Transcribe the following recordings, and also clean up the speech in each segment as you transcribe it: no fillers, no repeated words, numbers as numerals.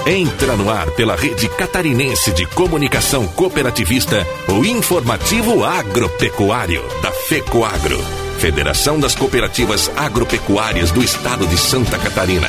Entra no ar pela Rede Catarinense de Comunicação Cooperativista, o informativo agropecuário da FECOAGRO, Federação das Cooperativas Agropecuárias do Estado de Santa Catarina.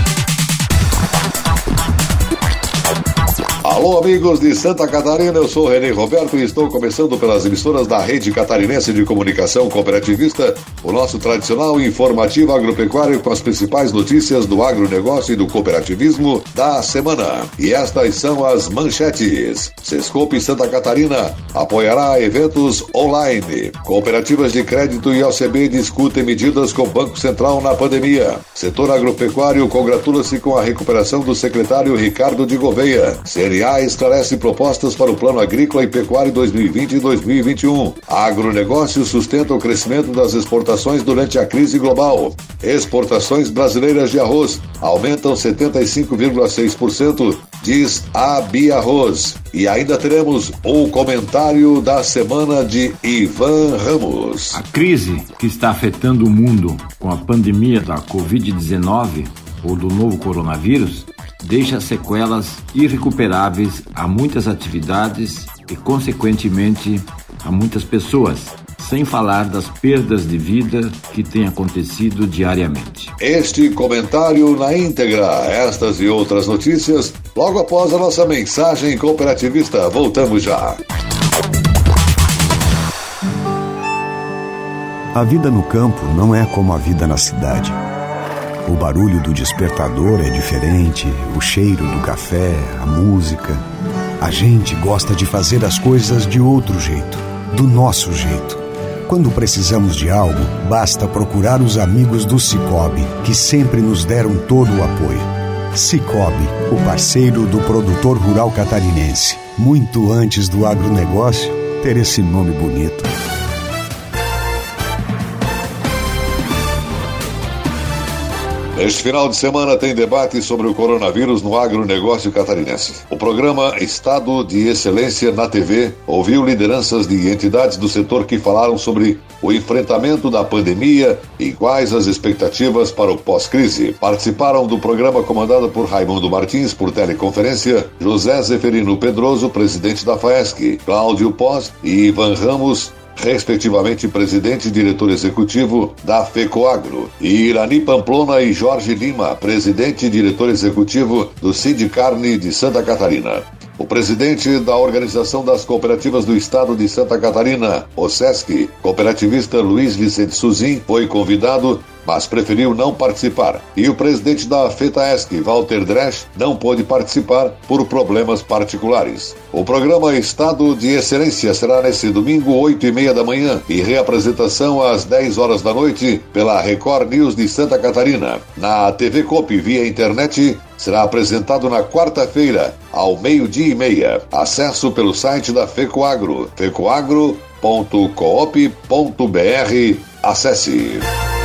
Alô, amigos de Santa Catarina, eu sou René Roberto e estou começando pelas emissoras da Rede Catarinense de Comunicação Cooperativista, o nosso tradicional informativo agropecuário com as principais notícias do agronegócio e do cooperativismo da semana. E estas são as manchetes. Sescope Santa Catarina apoiará eventos online. Cooperativas de crédito e OCB discutem medidas com o Banco Central na pandemia. Setor agropecuário congratula-se com a recuperação do secretário Ricardo de Gouveia. CNA esclarece propostas para o Plano Agrícola e Pecuário 2020 e 2021. Agronegócio sustenta o crescimento das exportações durante a crise global. Exportações brasileiras de arroz aumentam 75,6%, diz a Biarroz. E ainda teremos o comentário da semana de Ivan Ramos. A crise que está afetando o mundo com a pandemia da Covid-19 ou do novo coronavírus deixa sequelas irrecuperáveis a muitas atividades e, consequentemente, a muitas pessoas, sem falar das perdas de vida que têm acontecido diariamente. Este comentário na íntegra, estas e outras notícias, logo após a nossa mensagem cooperativista. Voltamos já. A vida no campo não é como a vida na cidade. O barulho do despertador é diferente, o cheiro do café, a música. A gente gosta de fazer as coisas de outro jeito, do nosso jeito. Quando precisamos de algo, basta procurar os amigos do Sicoob, que sempre nos deram todo o apoio. Sicoob, o parceiro do produtor rural catarinense. Muito antes do agronegócio ter esse nome bonito. Neste final de semana tem debate sobre o coronavírus no agronegócio catarinense. O programa Estado de Excelência na TV ouviu lideranças de entidades do setor que falaram sobre o enfrentamento da pandemia e quais as expectativas para o pós-crise. Participaram do programa comandado por Raimundo Martins por teleconferência, José Zeferino Pedroso, presidente da FAESC, Cláudio Pós e Ivan Ramos, respectivamente presidente e diretor executivo da FECOAGRO, e Irani Pamplona e Jorge Lima, presidente e diretor executivo do Sindicarne de Santa Catarina. O presidente da Organização das Cooperativas do Estado de Santa Catarina, OSESC, cooperativista Luiz Vicente Suzin, foi convidado, mas preferiu não participar. E o presidente da FETAESC, Walter Dresch, não pôde participar por problemas particulares. O programa Estado de Excelência será nesse domingo, 8h30 da manhã, e reapresentação às 10 horas da noite pela Record News de Santa Catarina. Na TV Coop via internet, será apresentado na quarta-feira, ao 12h30. Acesso pelo site da FECOAGRO, fecoagro.coop.br. Acesse.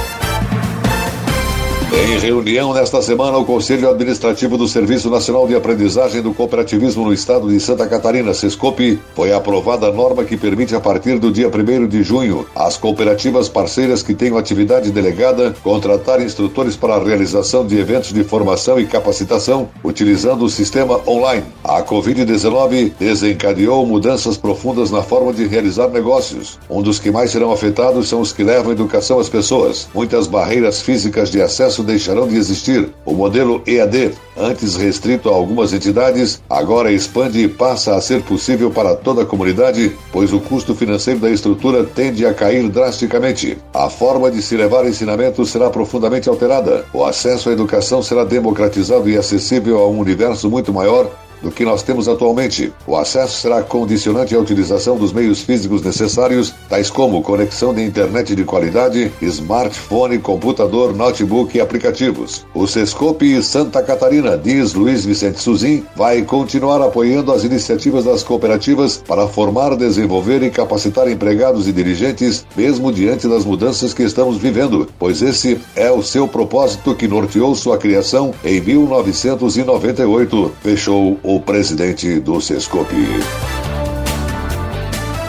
Em reunião nesta semana, o Conselho Administrativo do Serviço Nacional de Aprendizagem do Cooperativismo no Estado de Santa Catarina, Sescope, foi aprovada a norma que permite, a partir do dia 1º de junho, às cooperativas parceiras que tenham atividade delegada contratar instrutores para a realização de eventos de formação e capacitação, utilizando o sistema online. A Covid-19 desencadeou mudanças profundas na forma de realizar negócios. Um dos que mais serão afetados são os que levam educação às pessoas. Muitas barreiras físicas de acesso deixarão de existir. O modelo EAD, antes restrito a algumas entidades, agora expande e passa a ser possível para toda a comunidade, pois o custo financeiro da estrutura tende a cair drasticamente. A forma de se levar ensinamento será profundamente alterada. O acesso à educação será democratizado e acessível a um universo muito maior do que nós temos atualmente. O acesso será condicionante à utilização dos meios físicos necessários, tais como conexão de internet de qualidade, smartphone, computador, notebook e aplicativos. O Sescope Santa Catarina, diz Luiz Vicente Suzin, vai continuar apoiando as iniciativas das cooperativas para formar, desenvolver e capacitar empregados e dirigentes, mesmo diante das mudanças que estamos vivendo, pois esse é o seu propósito que norteou sua criação em 1998, fechou o presidente do Sescope.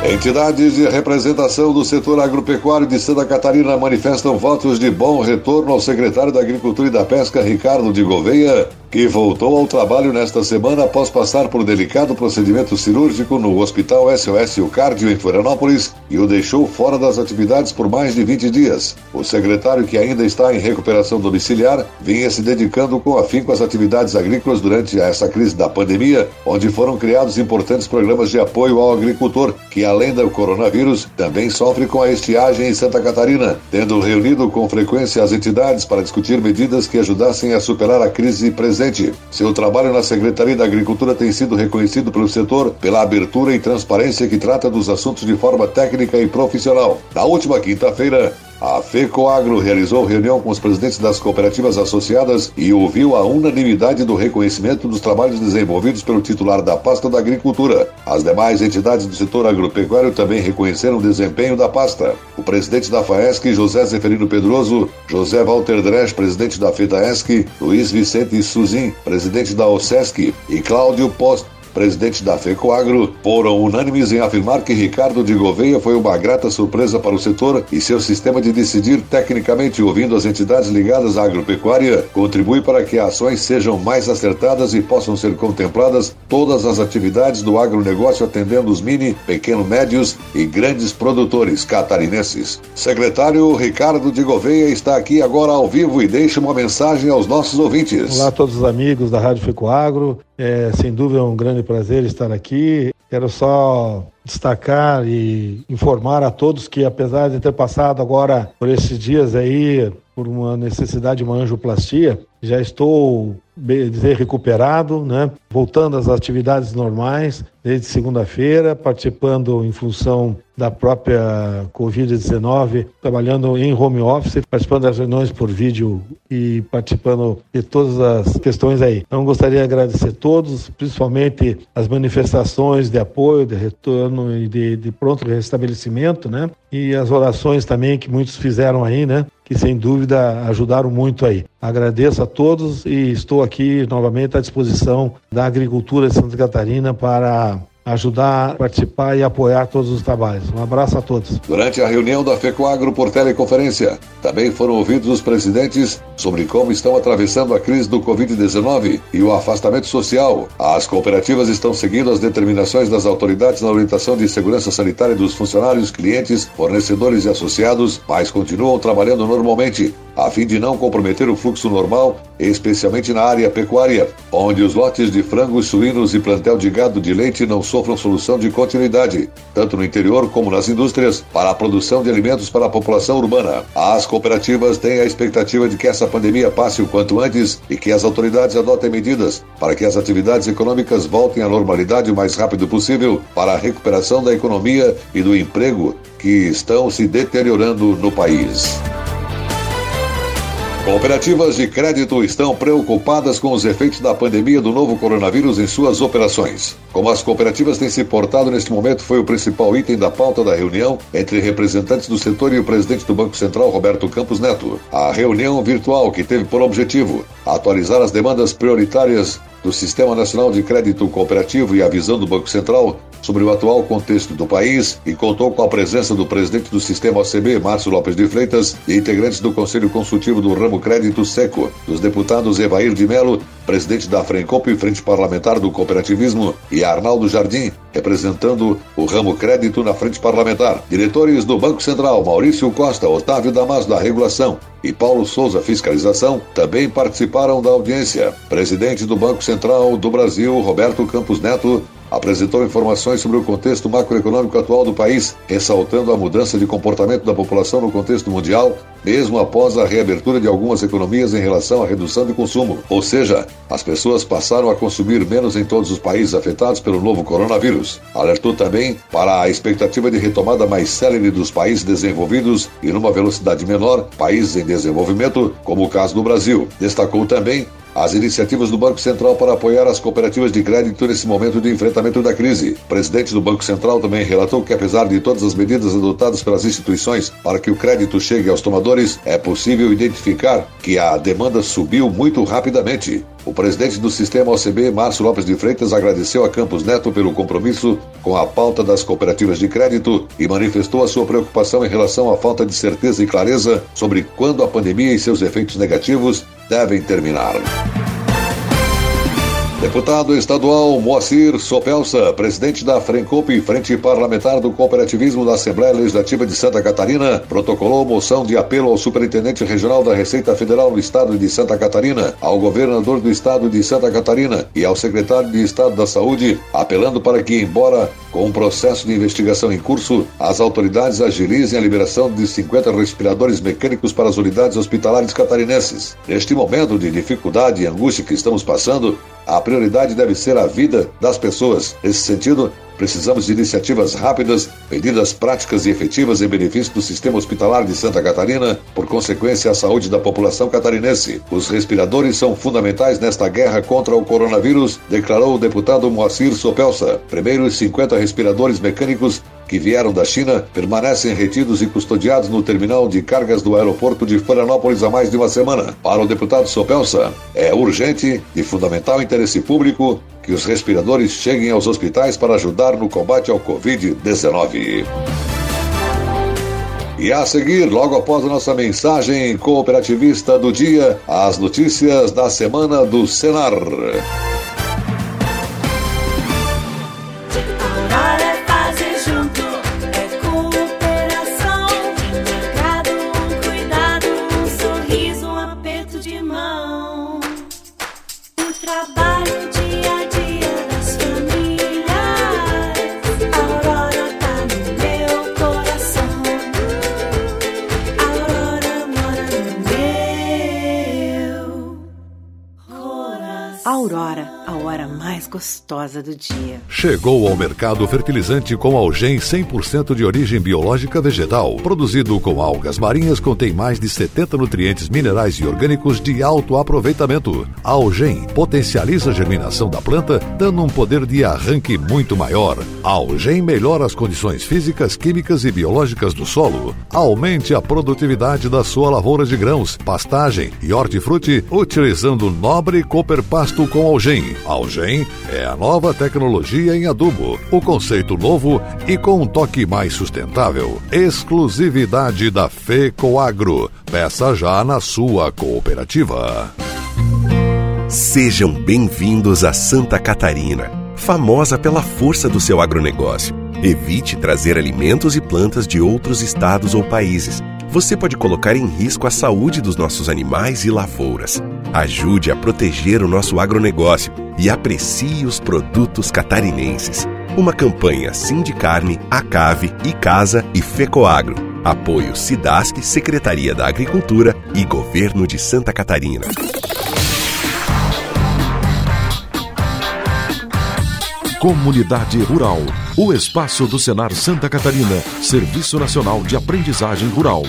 Entidades de representação do setor agropecuário de Santa Catarina manifestam votos de bom retorno ao secretário da Agricultura e da Pesca, Ricardo de Gouveia, que voltou ao trabalho nesta semana após passar por delicado procedimento cirúrgico no Hospital SOS Cardio em Florianópolis e o deixou fora das atividades por mais de 20 dias. O secretário, que ainda está em recuperação domiciliar, vinha se dedicando com afinco às atividades agrícolas durante essa crise da pandemia, onde foram criados importantes programas de apoio ao agricultor, que além do coronavírus, também sofre com a estiagem em Santa Catarina, tendo reunido com frequência as entidades para discutir medidas que ajudassem a superar a crise presente. Seu trabalho na Secretaria da Agricultura tem sido reconhecido pelo setor pela abertura e transparência que trata dos assuntos de forma técnica e profissional. Na última quinta-feira, a FECOAGRO realizou reunião com os presidentes das cooperativas associadas e ouviu a unanimidade do reconhecimento dos trabalhos desenvolvidos pelo titular da pasta da Agricultura. As demais entidades do setor agropecuário também reconheceram o desempenho da pasta. O presidente da FAESC, José Zeferino Pedroso, José Walter Dresch, presidente da FETAESC, Luiz Vicente Suzin, presidente da OSESC, e Cláudio Post, presidente da FECOAGRO, foram unânimes em afirmar que Ricardo de Gouveia foi uma grata surpresa para o setor e seu sistema de decidir tecnicamente, ouvindo as entidades ligadas à agropecuária, contribui para que ações sejam mais acertadas e possam ser contempladas todas as atividades do agronegócio, atendendo os mini, pequeno, médios e grandes produtores catarinenses. Secretário Ricardo de Gouveia está aqui agora ao vivo e deixa uma mensagem aos nossos ouvintes. Olá a todos os amigos da Rádio FECOAGRO. Sem dúvida é um grande prazer estar aqui. Quero só destacar e informar a todos que, apesar de ter passado agora por esses dias aí, por uma necessidade de uma angioplastia, já estou, bem dizer, recuperado, né? Voltando às atividades normais desde segunda-feira, participando em função da própria Covid-19, trabalhando em home office, participando das reuniões por vídeo e participando de todas as questões aí. Então, gostaria de agradecer a todos, principalmente as manifestações de apoio, de retorno e de pronto restabelecimento, né? E as orações também que muitos fizeram aí, né? Que sem dúvida ajudaram muito aí. Agradeço a todos e estou aqui novamente à disposição da Agricultura de Santa Catarina para ajudar, participar e apoiar todos os trabalhos. Um abraço a todos. Durante a reunião da FECOAGRO por teleconferência, também foram ouvidos os presidentes sobre como estão atravessando a crise do Covid-19 e o afastamento social. As cooperativas estão seguindo as determinações das autoridades na orientação de segurança sanitária dos funcionários, clientes, fornecedores e associados, mas continuam trabalhando normalmente, a fim de não comprometer o fluxo normal, especialmente na área pecuária, onde os lotes de frangos, suínos e plantel de gado de leite não sofram solução de continuidade, tanto no interior como nas indústrias, para a produção de alimentos para a população urbana. As cooperativas têm a expectativa de que essa pandemia passe o quanto antes e que as autoridades adotem medidas para que as atividades econômicas voltem à normalidade o mais rápido possível para a recuperação da economia e do emprego que estão se deteriorando no país. Cooperativas de crédito estão preocupadas com os efeitos da pandemia do novo coronavírus em suas operações. Como as cooperativas têm se portado neste momento foi o principal item da pauta da reunião entre representantes do setor e o presidente do Banco Central, Roberto Campos Neto. A reunião virtual, que teve por objetivo atualizar as demandas prioritárias do Sistema Nacional de Crédito Cooperativo e a visão do Banco Central sobre o atual contexto do país, e contou com a presença do presidente do Sistema OCB, Márcio Lopes de Freitas, e integrantes do Conselho Consultivo do Ramo Crédito Seco, dos deputados Evair de Mello, presidente da Frencop e Frente Parlamentar do Cooperativismo, e Arnaldo Jardim, representando o Ramo Crédito na Frente Parlamentar. Diretores do Banco Central, Maurício Costa, Otávio Damas da Regulação e Paulo Souza Fiscalização, também participaram da audiência. Presidente do Banco Central do Brasil, Roberto Campos Neto, apresentou informações sobre o contexto macroeconômico atual do país, ressaltando a mudança de comportamento da população no contexto mundial, mesmo após a reabertura de algumas economias em relação à redução de consumo. Ou seja, as pessoas passaram a consumir menos em todos os países afetados pelo novo coronavírus. Alertou também para a expectativa de retomada mais célere dos países desenvolvidos e numa velocidade menor, países em desenvolvimento, como o caso do Brasil. Destacou também as iniciativas do Banco Central para apoiar as cooperativas de crédito nesse momento de enfrentamento da crise. O presidente do Banco Central também relatou que, apesar de todas as medidas adotadas pelas instituições para que o crédito chegue aos tomadores, é possível identificar que a demanda subiu muito rapidamente O presidente do sistema OCB, Márcio Lopes de Freitas, agradeceu a Campos Neto pelo compromisso com a pauta das cooperativas de crédito e manifestou a sua preocupação em relação à falta de certeza e clareza sobre quando a pandemia e seus efeitos negativos devem terminar. Deputado estadual Moacir Sopelsa, presidente da Frencope, Frente Parlamentar do Cooperativismo da Assembleia Legislativa de Santa Catarina, protocolou moção de apelo ao superintendente regional da Receita Federal do Estado de Santa Catarina, ao governador do Estado de Santa Catarina e ao secretário de Estado da Saúde, apelando para que, embora com um processo de investigação em curso, as autoridades agilizem a liberação de 50 respiradores mecânicos para as unidades hospitalares catarinenses. Neste momento de dificuldade e angústia que estamos passando, a prioridade deve ser a vida das pessoas. Nesse sentido, precisamos de iniciativas rápidas, medidas práticas e efetivas em benefício do sistema hospitalar de Santa Catarina, por consequência, a saúde da população catarinense. Os respiradores são fundamentais nesta guerra contra o coronavírus, declarou o deputado Moacir Sopelsa. Primeiros 50 respiradores mecânicos que vieram da China permanecem retidos e custodiados no terminal de cargas do aeroporto de Florianópolis há mais de uma semana. Para o deputado Sopelsa, é urgente e fundamental interesse público que os respiradores cheguem aos hospitais para ajudar no combate ao Covid-19. E a seguir, logo após a nossa mensagem cooperativista do dia, as notícias da semana do Senar. Aurora, a hora mais gostosa do dia. Chegou ao mercado fertilizante com Algem 100% de origem biológica vegetal. Produzido com algas marinhas, contém mais de 70 nutrientes minerais e orgânicos de alto aproveitamento. Algem potencializa a germinação da planta, dando um poder de arranque muito maior. Algem melhora as condições físicas, químicas e biológicas do solo. Aumente a produtividade da sua lavoura de grãos, pastagem e hortifruti, utilizando o nobre Cooper Pasto com Algem. Algem é a nova tecnologia em adubo, o conceito novo e com um toque mais sustentável. Exclusividade da FECOAGRO. Peça já na sua cooperativa. Sejam bem-vindos a Santa Catarina, famosa pela força do seu agronegócio. Evite trazer alimentos e plantas de outros estados ou países. Você pode colocar em risco a saúde dos nossos animais e lavouras. Ajude a proteger o nosso agronegócio e aprecie os produtos catarinenses. Uma campanha Sindicarne, Acave, Icasa e FECOAGRO. Apoio Cidasc, Secretaria da Agricultura e Governo de Santa Catarina. Comunidade Rural, o espaço do Senar Santa Catarina, Serviço Nacional de Aprendizagem Rural.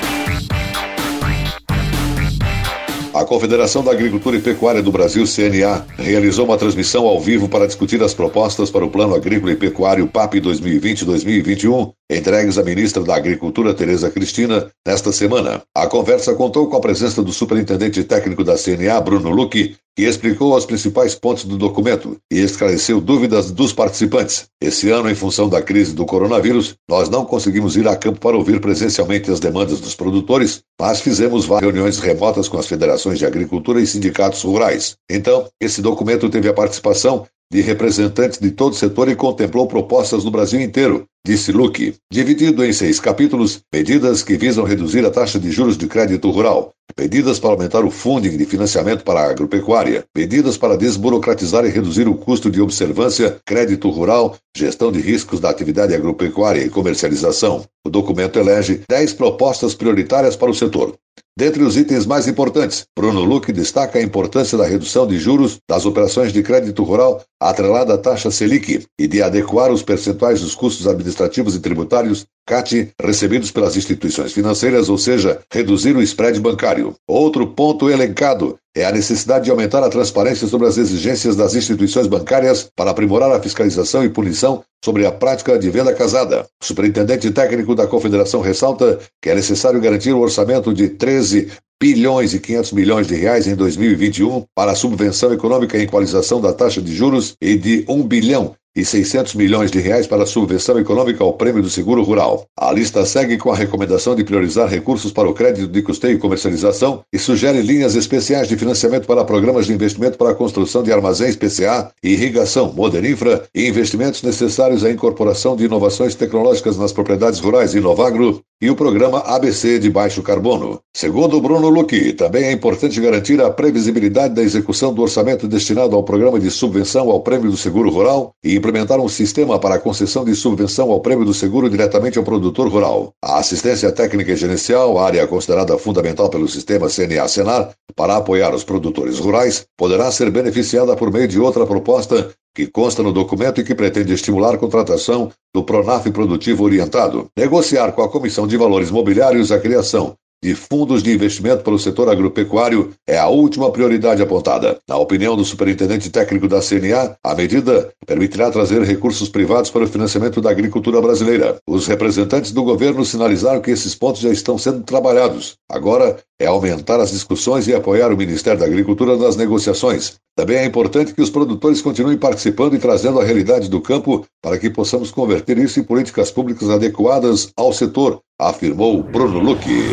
A Confederação da Agricultura e Pecuária do Brasil, CNA, realizou uma transmissão ao vivo para discutir as propostas para o Plano Agrícola e Pecuário PAP 2020-2021, entregues à ministra da Agricultura, Tereza Cristina, nesta semana. A conversa contou com a presença do superintendente técnico da CNA, Bruno Lucchi, que explicou os principais pontos do documento e esclareceu dúvidas dos participantes. Esse ano, em função da crise do coronavírus, nós não conseguimos ir a campo para ouvir presencialmente as demandas dos produtores, mas fizemos várias reuniões remotas com as federações de agricultura e sindicatos rurais. Então, esse documento teve a participação de representantes de todo o setor e contemplou propostas no Brasil inteiro, disse Lucchi. Dividido em 6 capítulos, medidas que visam reduzir a taxa de juros de crédito rural, medidas para aumentar o funding de financiamento para a agropecuária, medidas para desburocratizar e reduzir o custo de observância, crédito rural, gestão de riscos da atividade agropecuária e comercialização. O documento elege 10 propostas prioritárias para o setor. Dentre os itens mais importantes, Bruno Lucchi destaca a importância da redução de juros das operações de crédito rural atrelada à taxa Selic e de adequar os percentuais dos custos administrativos e tributários CAT recebidos pelas instituições financeiras, ou seja, reduzir o spread bancário. Outro ponto elencado é a necessidade de aumentar a transparência sobre as exigências das instituições bancárias para aprimorar a fiscalização e punição sobre a prática de venda casada. O superintendente técnico da Confederação ressalta que é necessário garantir o orçamento de 13 bilhões e 500 milhões de reais em 2021 para a subvenção econômica e equalização da taxa de juros e de 1 bilhão e 600 milhões de reais para a subvenção econômica ao Prêmio do Seguro Rural. A lista segue com a recomendação de priorizar recursos para o crédito de custeio e comercialização e sugere linhas especiais de financiamento para programas de investimento para a construção de armazéns PCA, irrigação, Moderinfra e investimentos necessários à incorporação de inovações tecnológicas nas propriedades rurais Inovagro e o programa ABC de baixo carbono. Segundo Bruno Lucchi, também é importante garantir a previsibilidade da execução do orçamento destinado ao programa de subvenção ao Prêmio do Seguro Rural e implementar um sistema para a concessão de subvenção ao Prêmio do Seguro diretamente ao produtor rural. A assistência técnica e gerencial, área considerada fundamental pelo sistema CNA-Senar para apoiar os produtores rurais, poderá ser beneficiada por meio de outra proposta que consta no documento e que pretende estimular a contratação do Pronaf Produtivo Orientado, negociar com a Comissão de Valores Mobiliários a criação de fundos de investimento para o setor agropecuário é a última prioridade apontada. Na opinião do superintendente técnico da CNA, a medida permitirá trazer recursos privados para o financiamento da agricultura brasileira. Os representantes do governo sinalizaram que esses pontos já estão sendo trabalhados. Agora é aumentar as discussões e apoiar o Ministério da Agricultura nas negociações. Também é importante que os produtores continuem participando e trazendo a realidade do campo para que possamos converter isso em políticas públicas adequadas ao setor, afirmou Bruno Lucchi.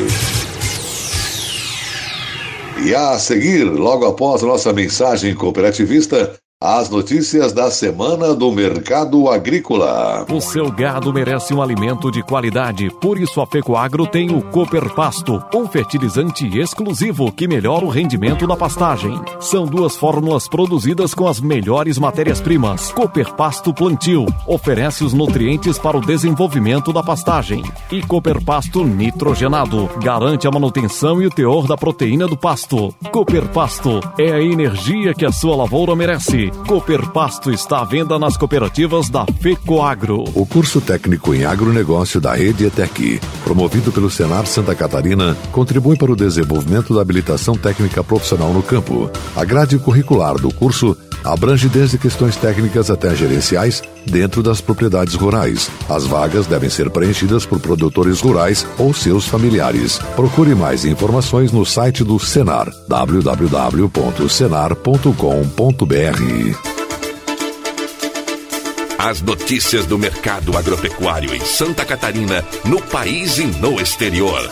E a seguir, logo após a nossa mensagem cooperativista, as notícias da semana do mercado agrícola. O seu gado merece um alimento de qualidade, por isso a Fecoagro tem o Cooper Pasto, um fertilizante exclusivo que melhora o rendimento da pastagem. São 2 fórmulas produzidas com as melhores matérias-primas. Cooper Pasto Plantio oferece os nutrientes para o desenvolvimento da pastagem. E Cooper Pasto Nitrogenado garante a manutenção e o teor da proteína do pasto. Cooper Pasto é a energia que a sua lavoura merece. Cooper Pasto está à venda nas cooperativas da Fecoagro. O curso técnico em agronegócio da Rede ETEC, promovido pelo Senar Santa Catarina, contribui para o desenvolvimento da habilitação técnica profissional no campo. A grade curricular do curso abrange desde questões técnicas até gerenciais dentro das propriedades rurais. As vagas devem ser preenchidas por produtores rurais ou seus familiares. Procure mais informações no site do Senar, www.senar.com.br. As notícias do mercado agropecuário em Santa Catarina, no país e no exterior.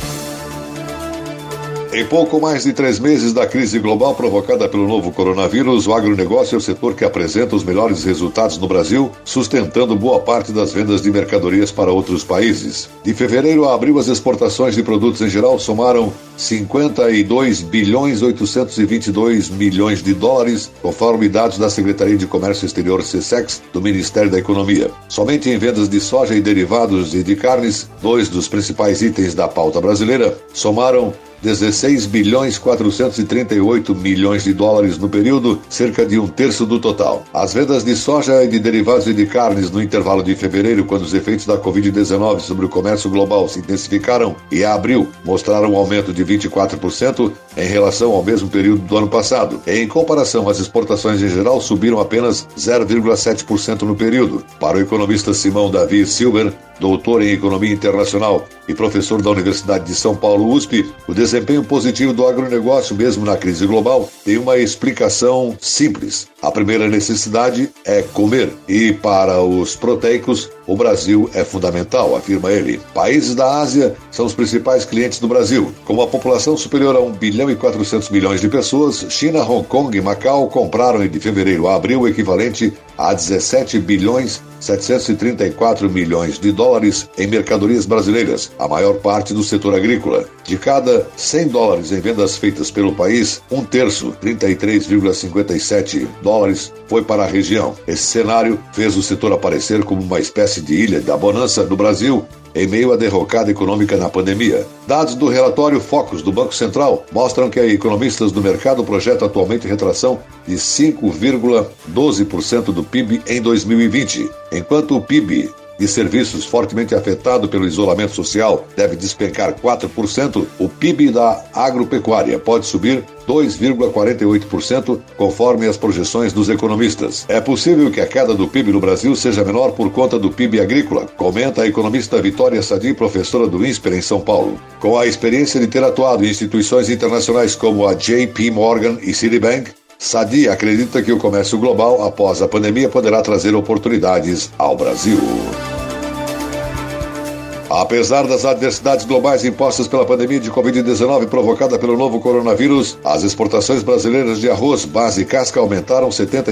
Em pouco mais de 3 meses da crise global provocada pelo novo coronavírus, o agronegócio é o setor que apresenta os melhores resultados no Brasil, sustentando boa parte das vendas de mercadorias para outros países. De fevereiro a abril, as exportações de produtos em geral somaram 52 bilhões 822 milhões de dólares, conforme dados da Secretaria de Comércio Exterior SECEX do Ministério da Economia. Somente em vendas de soja e derivados e de carnes, 2 dos principais itens da pauta brasileira, somaram 16 bilhões 438 milhões de dólares no período, cerca de 1/3 do total. As vendas de soja e de derivados e de carnes no intervalo de fevereiro, quando os efeitos da Covid-19 sobre o comércio global se intensificaram, e a abril mostraram um aumento de 24% em relação ao mesmo período do ano passado. Em comparação, as exportações em geral subiram apenas 0,7% no período. Para o economista Simão Davi Silber, doutor em Economia Internacional e professor da Universidade de São Paulo, USP, o desempenho positivo do agronegócio, mesmo na crise global, tem uma explicação simples. A primeira necessidade é comer, e para os proteicos, o Brasil é fundamental, afirma ele. Países da Ásia são os principais clientes do Brasil. Com uma população superior a 1 bilhão e 400 milhões de pessoas, China, Hong Kong e Macau compraram de fevereiro a abril o equivalente a 17 bilhões 734 milhões de dólares em mercadorias brasileiras, a maior parte do setor agrícola. De cada 100 dólares em vendas feitas pelo país, 1/3, 33,57 dólares, foi para a região. Esse cenário fez o setor aparecer como uma espécie de ilha da bonança no Brasil, em meio à derrocada econômica na pandemia. Dados do relatório Focus do Banco Central mostram que economistas do mercado projetam atualmente retração de 5,12% do PIB em 2020, enquanto o PIB de serviços fortemente afetado pelo isolamento social deve despencar 4%, o PIB da agropecuária pode subir 2,48%, conforme as projeções dos economistas. É possível que a queda do PIB no Brasil seja menor por conta do PIB agrícola, comenta a economista Vitória Sadi, professora do INSPER em São Paulo. Com a experiência de ter atuado em instituições internacionais como a JP Morgan e Citibank, Sadi acredita que o comércio global após a pandemia poderá trazer oportunidades ao Brasil. Apesar das adversidades globais impostas pela pandemia de Covid-19 provocada pelo novo coronavírus, as exportações brasileiras de arroz, base e casca aumentaram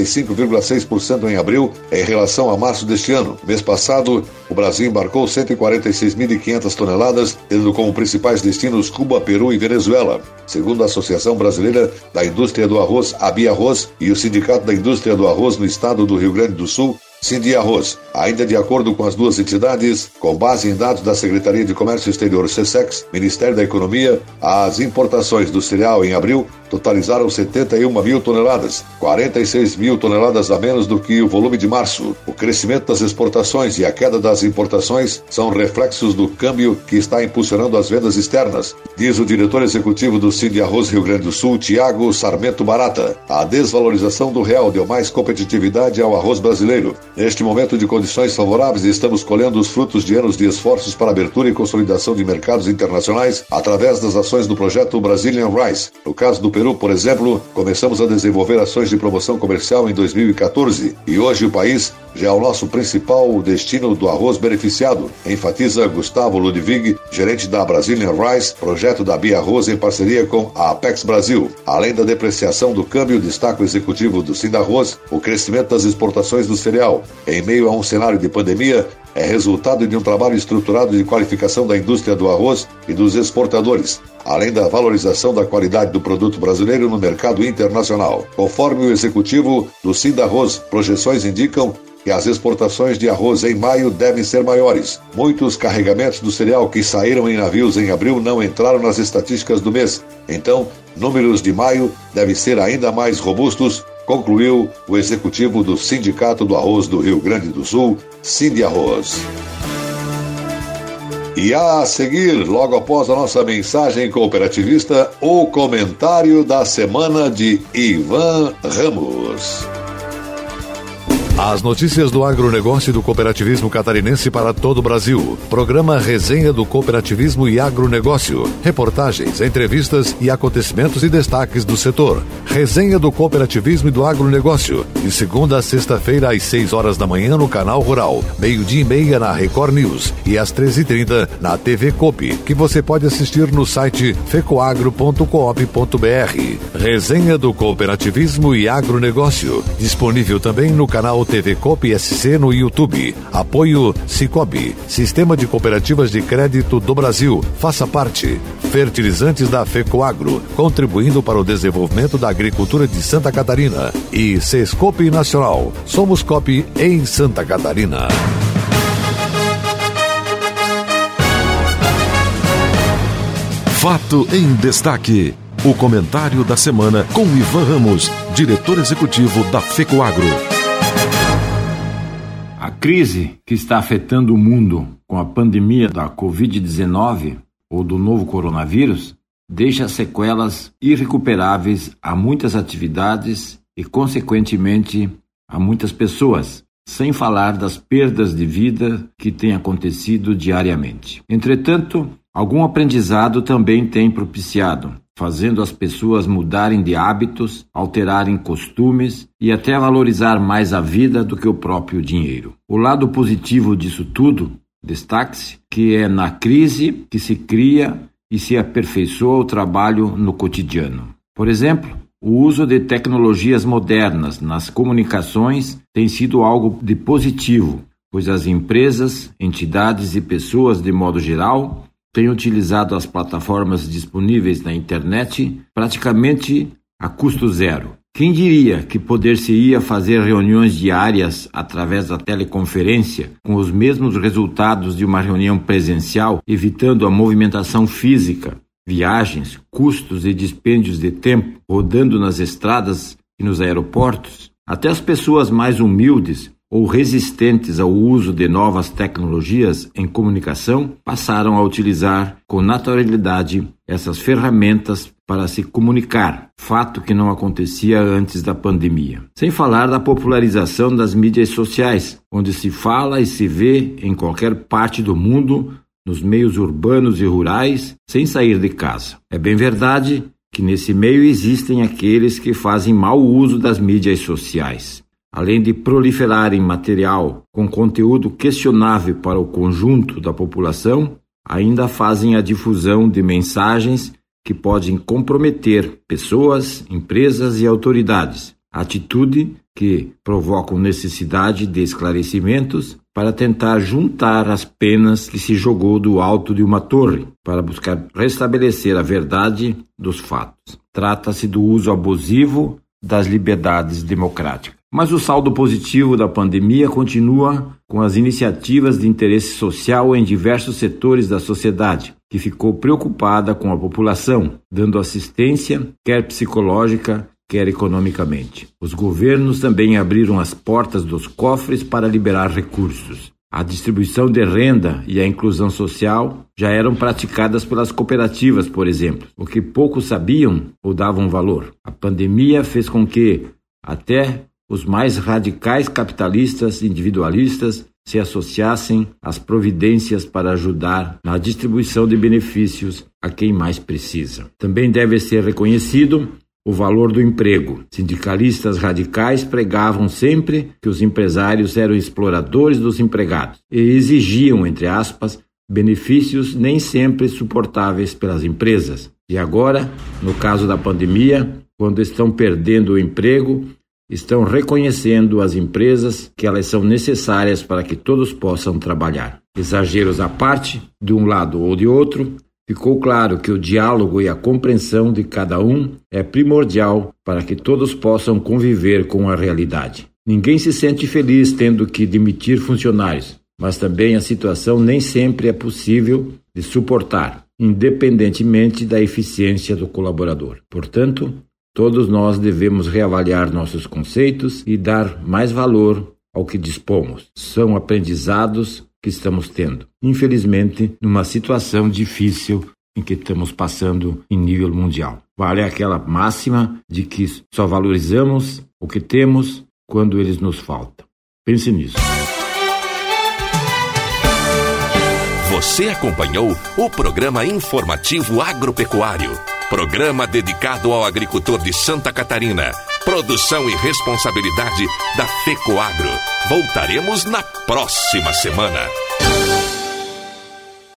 75,6% em abril em relação a março deste ano. Mês passado, o Brasil embarcou 146.500 toneladas, tendo como principais destinos Cuba, Peru e Venezuela. Segundo a Associação Brasileira da Indústria do Arroz, ABIArroz, e o Sindicato da Indústria do Arroz no estado do Rio Grande do Sul, Sindiarroz. Ainda de acordo com as duas entidades, com base em dados da Secretaria de Comércio Exterior SESEX, Ministério da Economia, as importações do cereal em abril totalizaram 71 mil toneladas, 46 mil toneladas a menos do que o volume de março. O crescimento das exportações e a queda das importações são reflexos do câmbio que está impulsionando as vendas externas, diz o diretor executivo do Sindiarroz Rio Grande do Sul, Tiago Sarmento Barata. A desvalorização do real deu mais competitividade ao arroz brasileiro. Neste momento de condições favoráveis, estamos colhendo os frutos de anos de esforços para abertura e consolidação de mercados internacionais através das ações do projeto Brazilian Rice. No caso do Peru, por exemplo, começamos a desenvolver ações de promoção comercial em 2014 e hoje o país já é o nosso principal destino do arroz beneficiado, enfatiza Gustavo Ludwig, gerente da Brazilian Rice, projeto da ABIArroz em parceria com a Apex Brasil. Além da depreciação do câmbio, destaca o executivo do Sindiarroz, o crescimento das exportações do cereal, em meio a um cenário de pandemia, é resultado de um trabalho estruturado de qualificação da indústria do arroz e dos exportadores, além da valorização da qualidade do produto brasileiro no mercado internacional. Conforme o executivo do Sindiarroz, projeções indicam que as exportações de arroz em maio devem ser maiores. Muitos carregamentos do cereal que saíram em navios em abril não entraram nas estatísticas do mês. Então, números de maio devem ser ainda mais robustos, concluiu o executivo do Sindicato do Arroz do Rio Grande do Sul, Sindiarroz. E a seguir, logo após a nossa mensagem cooperativista, o comentário da semana de Ivan Ramos. As notícias do agronegócio e do cooperativismo catarinense para todo o Brasil. Programa Resenha do Cooperativismo e Agronegócio. Reportagens, entrevistas e acontecimentos e destaques do setor. Resenha do Cooperativismo e do Agronegócio. De segunda a sexta-feira às 6 horas da manhã no Canal Rural. 12:30 na Record News e às 13h30 na TV Coop, que você pode assistir no site fecoagro.coop.br. Resenha do Cooperativismo e Agronegócio. Disponível também no canal TV Coop SC no YouTube. Apoio Sicobi, Sistema de Cooperativas de Crédito do Brasil. Faça parte. Fertilizantes da FECOAGRO, contribuindo para o desenvolvimento da agricultura de Santa Catarina. E Sescope Nacional. Somos Coop em Santa Catarina. Fato em Destaque. O comentário da semana com Ivan Ramos, diretor executivo da FECOAGRO. A crise que está afetando o mundo com a pandemia da Covid-19 ou do novo coronavírus deixa sequelas irrecuperáveis a muitas atividades e, consequentemente, a muitas pessoas, sem falar das perdas de vida que têm acontecido diariamente. Entretanto, algum aprendizado também tem propiciado, fazendo as pessoas mudarem de hábitos, alterarem costumes e até valorizar mais a vida do que o próprio dinheiro. O lado positivo disso tudo, destaque-se, que é na crise que se cria e se aperfeiçoa o trabalho no cotidiano. Por exemplo, o uso de tecnologias modernas nas comunicações tem sido algo de positivo, pois as empresas, entidades e pessoas de modo geral têm utilizado as plataformas disponíveis na internet praticamente a custo zero. Quem diria que poder-se-ia fazer reuniões diárias através da teleconferência com os mesmos resultados de uma reunião presencial, evitando a movimentação física, viagens, custos e dispêndios de tempo, rodando nas estradas e nos aeroportos? Até as pessoas mais humildes ou resistentes ao uso de novas tecnologias em comunicação passaram a utilizar com naturalidade essas ferramentas para se comunicar, fato que não acontecia antes da pandemia. Sem falar da popularização das mídias sociais, onde se fala e se vê em qualquer parte do mundo, nos meios urbanos e rurais, sem sair de casa. É bem verdade que nesse meio existem aqueles que fazem mau uso das mídias sociais. Além de proliferarem material com conteúdo questionável para o conjunto da população, ainda fazem a difusão de mensagens que podem comprometer pessoas, empresas e autoridades. Atitude que provocam necessidade de esclarecimentos para tentar juntar as penas que se jogou do alto de uma torre, para buscar restabelecer a verdade dos fatos. Trata-se do uso abusivo das liberdades democráticas. Mas o saldo positivo da pandemia continua com as iniciativas de interesse social em diversos setores da sociedade, que ficou preocupada com a população, dando assistência, quer psicológica, quer economicamente. Os governos também abriram as portas dos cofres para liberar recursos. A distribuição de renda e a inclusão social já eram praticadas pelas cooperativas, por exemplo, o que poucos sabiam ou davam valor. A pandemia fez com que até os mais radicais capitalistas individualistas se associassem às providências para ajudar na distribuição de benefícios a quem mais precisa. Também deve ser reconhecido o valor do emprego. Sindicalistas radicais pregavam sempre que os empresários eram exploradores dos empregados e exigiam, entre aspas, benefícios nem sempre suportáveis pelas empresas. E agora, no caso da pandemia, quando estão perdendo o emprego, estão reconhecendo às empresas que elas são necessárias para que todos possam trabalhar. Exageros à parte, de um lado ou de outro, ficou claro que o diálogo e a compreensão de cada um é primordial para que todos possam conviver com a realidade. Ninguém se sente feliz tendo que demitir funcionários, mas também a situação nem sempre é possível de suportar, independentemente da eficiência do colaborador. Portanto, todos nós devemos reavaliar nossos conceitos e dar mais valor ao que dispomos. São aprendizados que estamos tendo, infelizmente, numa situação difícil em que estamos passando em nível mundial. Vale aquela máxima de que só valorizamos o que temos quando eles nos faltam. Pense nisso. Você acompanhou o programa informativo agropecuário. Programa dedicado ao agricultor de Santa Catarina. Produção e responsabilidade da FECOAGRO. Voltaremos na próxima semana.